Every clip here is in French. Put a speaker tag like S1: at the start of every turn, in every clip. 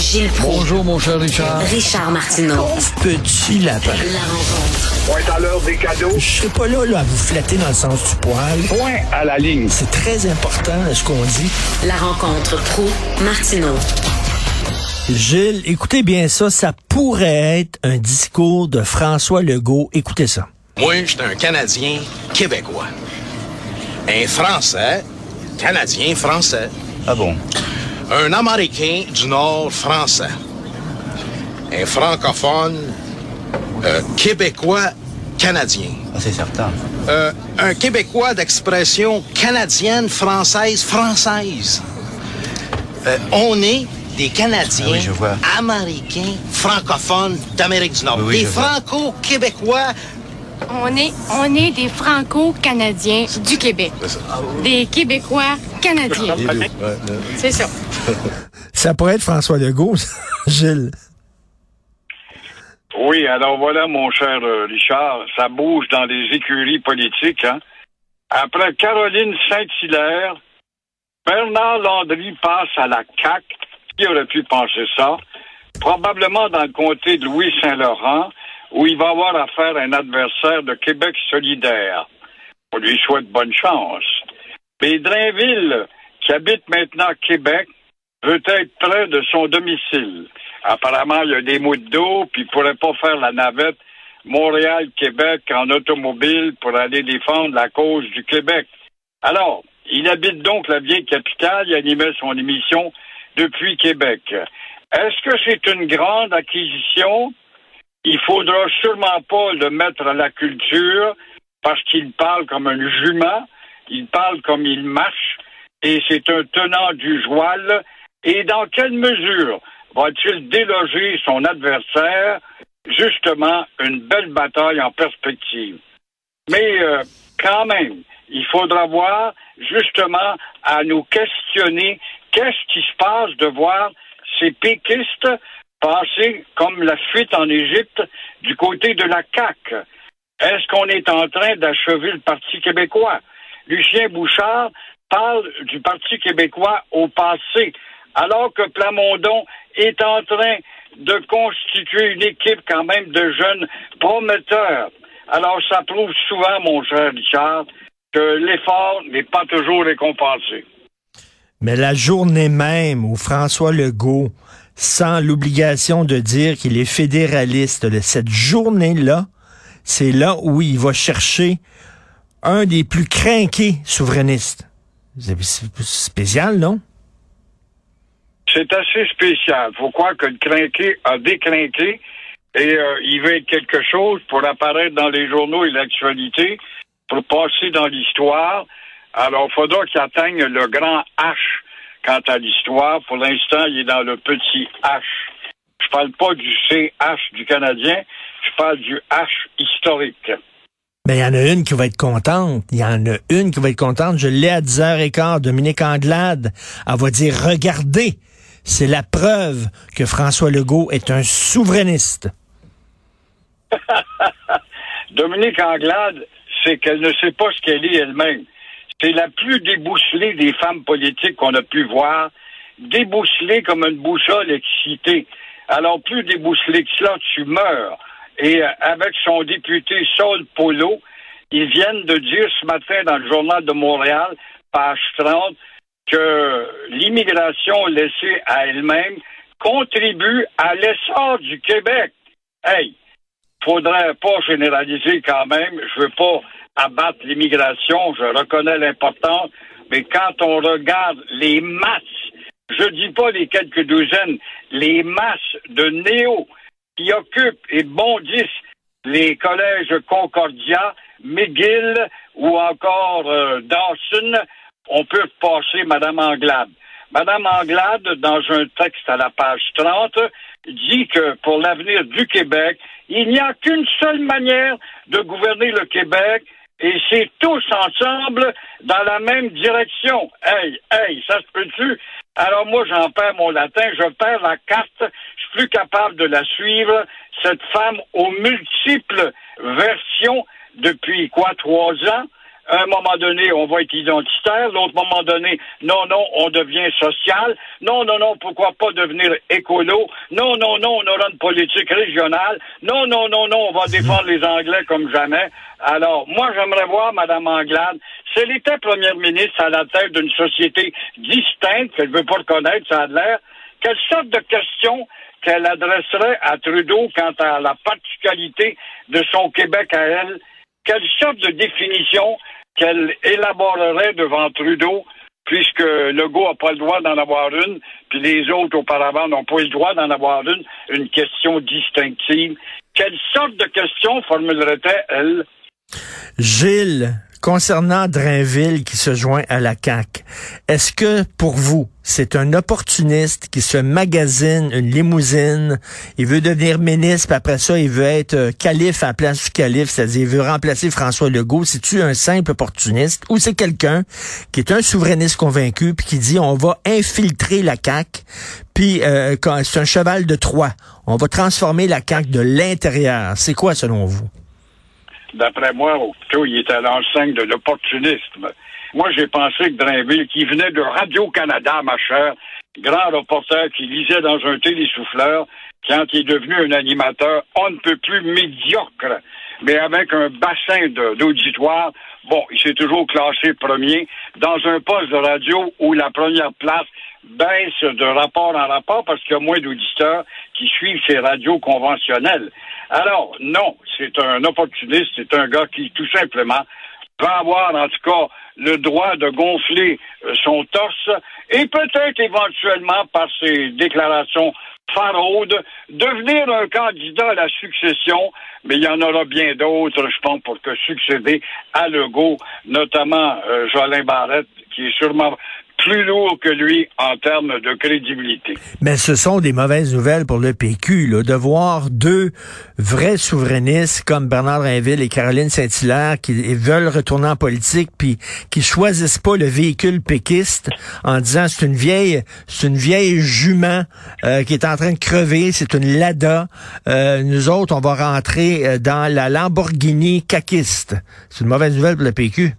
S1: Gilles Proulx.
S2: Bonjour, mon cher Richard.
S1: Richard Martineau.
S3: Petit lapin.
S1: La rencontre.
S4: Point à l'heure des cadeaux.
S3: Je serai pas là à vous flatter dans le sens du poil.
S4: Point à la ligne.
S3: C'est très important ce qu'on dit.
S1: La rencontre Proulx-Martineau.
S3: Gilles, écoutez bien ça pourrait être un discours de François Legault. Écoutez ça.
S5: Moi, j'étais un Canadien québécois. Un Français, Canadien français.
S6: Ah bon?
S5: Un Américain du Nord français. Un francophone québécois canadien.
S6: Ah, c'est certain.
S5: Un Québécois d'expression canadienne, française. On est des Canadiens,
S6: Ah oui, je vois.
S5: américains, francophones d'Amérique du Nord.
S6: Oui,
S5: des
S6: je vois.
S5: Franco-Québécois.
S7: On est des Franco-Canadiens du Québec. Des Québécois canadiens. C'est ça.
S3: Ça pourrait être François Legault, Gilles.
S4: Oui, alors voilà, mon cher Richard, ça bouge dans les écuries politiques. Hein? Après Caroline Saint-Hilaire, Bernard Landry passe à la CAQ. Qui aurait pu penser ça? Probablement dans le comté de Louis-Saint-Laurent, où il va avoir affaire à un adversaire de Québec solidaire. On lui souhaite bonne chance. Mais Drainville, qui habite maintenant à Québec, veut être près de son domicile. Apparemment, il y a des mouttes d'eau, puis il pourrait pas faire la navette Montréal-Québec en automobile pour aller défendre la cause du Québec. Alors, il habite donc la vieille capitale, il animait son émission depuis Québec. Est-ce que c'est une grande acquisition? Il faudra sûrement pas le mettre à la culture parce qu'il parle comme un jument, il parle comme il marche, et c'est un tenant du joual. Et dans quelle mesure va-t-il déloger son adversaire? Justement, une belle bataille en perspective. Mais quand même, il faudra voir justement à nous questionner qu'est-ce qui se passe de voir ces péquistes passer comme la fuite en Égypte du côté de la CAQ. Est-ce qu'on est en train d'achever le Parti québécois? Lucien Bouchard parle du Parti québécois au passé, alors que Plamondon est en train de constituer une équipe quand même de jeunes prometteurs. Alors ça prouve souvent, mon cher Richard, que l'effort n'est pas toujours récompensé.
S3: Mais la journée même où François Legault sent l'obligation de dire qu'il est fédéraliste, cette journée-là, c'est là où il va chercher un des plus crinqués souverainistes. C'est spécial, non?
S4: C'est assez spécial. Faut croire que le crinqué a décrinqué et il veut être quelque chose pour apparaître dans les journaux et l'actualité, pour passer dans l'histoire. Alors, il faudra qu'il atteigne le grand H quant à l'histoire. Pour l'instant, il est dans le petit H. Je parle pas du CH du Canadien, je parle du H historique.
S3: Ben, il y en a une qui va être contente. Je l'ai à 10h15, Dominique Anglade. Elle va dire, regardez, c'est la preuve que François Legault est un souverainiste.
S4: Dominique Anglade, c'est qu'elle ne sait pas ce qu'elle est elle-même. C'est la plus débousselée des femmes politiques qu'on a pu voir, débousselée comme une boussole excitée. Alors, plus débousselée que cela, tu meurs. Et avec son député Saul Polo, ils viennent de dire ce matin dans le Journal de Montréal, page 30, que l'immigration laissée à elle-même contribue à l'essor du Québec. Hey, faudrait pas généraliser quand même. Je veux pas abattre l'immigration, je reconnais l'importance, mais quand on regarde les masses, je dis pas les quelques douzaines, les masses de néo qui occupent et bondissent les collèges Concordia, McGill ou encore Dawson, on peut passer Mme Anglade. Mme Anglade, dans un texte à la page 30, dit que pour l'avenir du Québec, il n'y a qu'une seule manière de gouverner le Québec, et c'est tous ensemble dans la même direction. Hey, ça se peut-tu? Alors moi, j'en perds mon latin, je perds la carte, je suis plus capable de la suivre, cette femme aux multiples versions depuis 3 ans? À un moment donné, on va être identitaire. L'autre moment donné, non, on devient social. Non, pourquoi pas devenir écolo? Non, on aura une politique régionale. Non, on va défendre les Anglais comme jamais. Alors, moi, j'aimerais voir Mme Anglade, si elle était première ministre à la tête d'une société distincte, qu'elle ne veut pas reconnaître, ça a l'air, quelle sorte de questions qu'elle adresserait à Trudeau quant à la particularité de son Québec à elle? Quelle sorte de définition qu'elle élaborerait devant Trudeau, puisque Legault n'a pas le droit d'en avoir une, puis les autres auparavant n'ont pas eu le droit d'en avoir une question distinctive. Quelle sorte de questions formulerait-elle, elle?
S3: Gilles, concernant Drainville qui se joint à la CAQ, est-ce que pour vous, c'est un opportuniste qui se magasine une limousine, il veut devenir ministre, puis après ça, il veut être calife à la place du calife, c'est-à-dire il veut remplacer François Legault, c'est-tu un simple opportuniste ou c'est quelqu'un qui est un souverainiste convaincu puis qui dit on va infiltrer la CAQ, puis c'est un cheval de Troie, on va transformer la CAQ de l'intérieur. C'est quoi selon vous?
S4: D'après moi, plutôt, il est à l'enseigne de l'opportunisme. Moi, j'ai pensé que Drainville, qui venait de Radio-Canada, ma chère, grand reporter qui lisait dans un télésouffleur, quand il est devenu un animateur, on ne peut plus médiocre, mais avec un bassin d'auditoire, bon, il s'est toujours classé premier dans un poste de radio où la première place baisse de rapport en rapport parce qu'il y a moins d'auditeurs qui suivent ces radios conventionnelles. Alors, non, c'est un opportuniste, c'est un gars qui, tout simplement, va avoir, en tout cas, le droit de gonfler son torse et peut-être éventuellement, par ses déclarations faraudes, devenir un candidat à la succession, mais il y en aura bien d'autres, je pense, pour que succéder à Legault, notamment Jolin Barrette, qui est sûrement plus lourd que lui en termes de crédibilité.
S3: Mais ce sont des mauvaises nouvelles pour le PQ, là, de voir deux vrais souverainistes comme Bernard Drainville et Caroline Saint-Hilaire qui veulent retourner en politique puis qui choisissent pas le véhicule péquiste en disant c'est une vieille jument qui est en train de crever, c'est une Lada. Nous autres, on va rentrer dans la Lamborghini caquiste. C'est une mauvaise nouvelle pour le PQ.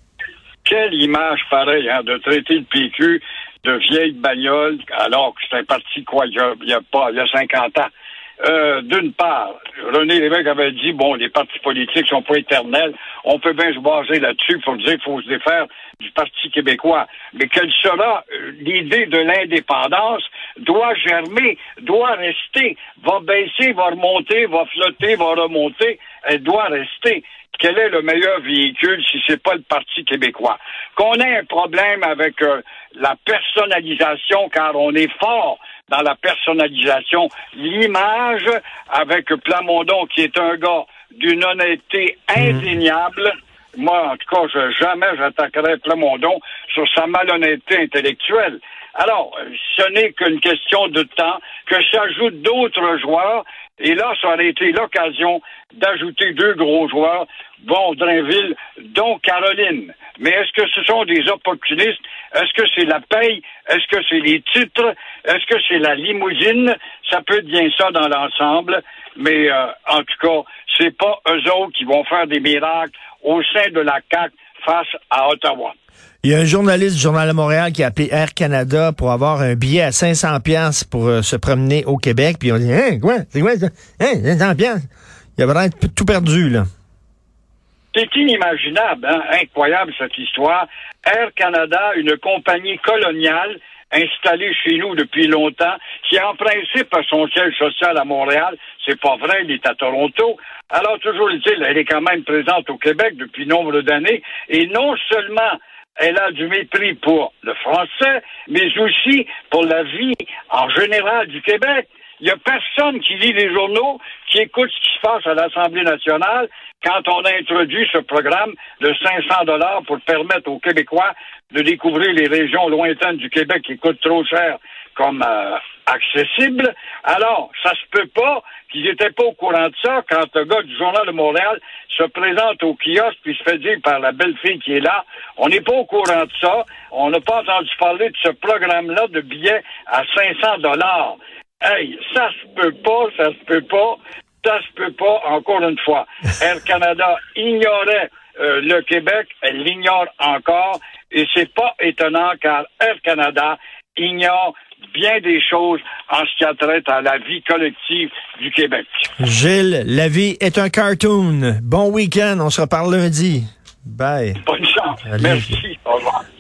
S4: Quelle image pareille, de traiter le PQ de vieille bagnole, alors que c'est un parti, il y a 50 ans. D'une part, René Lévesque avait dit, bon, les partis politiques sont pas éternels, on peut bien se baser là-dessus pour dire qu'il faut se défaire du Parti québécois. Mais quelle sera l'idée de l'indépendance doit germer, doit rester, va baisser, va remonter, va flotter, va remonter, elle doit rester. Quel est le meilleur véhicule si c'est pas le Parti québécois? Qu'on ait un problème avec la personnalisation, car on est fort dans la personnalisation. L'image avec Plamondon, qui est un gars d'une honnêteté indéniable. Moi, en tout cas, jamais j'attaquerai Plamondon sur sa malhonnêteté intellectuelle. Alors, ce n'est qu'une question de temps que s'ajoutent d'autres joueurs. Et là, ça aurait été l'occasion d'ajouter deux gros joueurs, bon, Drainville, dont Caroline. Mais est-ce que ce sont des opportunistes? Est-ce que c'est la paye? Est-ce que c'est les titres? Est-ce que c'est la limousine? Ça peut être bien ça dans l'ensemble. Mais en tout cas, c'est pas eux autres qui vont faire des miracles au sein de la CAQ face à Ottawa.
S3: Il y a un journaliste du Journal de Montréal qui a appelé Air Canada pour avoir un billet à 500 piastres pour se promener au Québec. Puis on dit, quoi? C'est quoi ça? 500 piastres? Il a vraiment tout perdu, là.
S4: C'est inimaginable, incroyable cette histoire. Air Canada, une compagnie coloniale installée chez nous depuis longtemps, qui en principe a son siège social à Montréal. C'est pas vrai, il est à Toronto. Alors, toujours est-il, elle est quand même présente au Québec depuis nombre d'années. Et non seulement elle a du mépris pour le français, mais aussi pour la vie en général du Québec. Il n'y a personne qui lit les journaux, qui écoute ce qui se passe à l'Assemblée nationale quand on a introduit ce programme de 500 $ pour permettre aux Québécois de découvrir les régions lointaines du Québec qui coûtent trop cher comme accessibles. Alors, ça se peut pas qu'ils n'étaient pas au courant de ça quand le gars du Journal de Montréal se présente au kiosque puis se fait dire par la belle fille qui est là, on n'est pas au courant de ça, on n'a pas entendu parler de ce programme-là de billets à 500 $. Hey, ça se peut pas, encore une fois. Air Canada ignorait le Québec l'ignore encore, et c'est pas étonnant car Air Canada ignore bien des choses en ce qui a trait à la vie collective du Québec.
S3: Gilles, la vie est un cartoon. Bon week-end, on se reparle lundi. Bye.
S4: Bonne chance.
S3: Allez.
S4: Merci. Au revoir.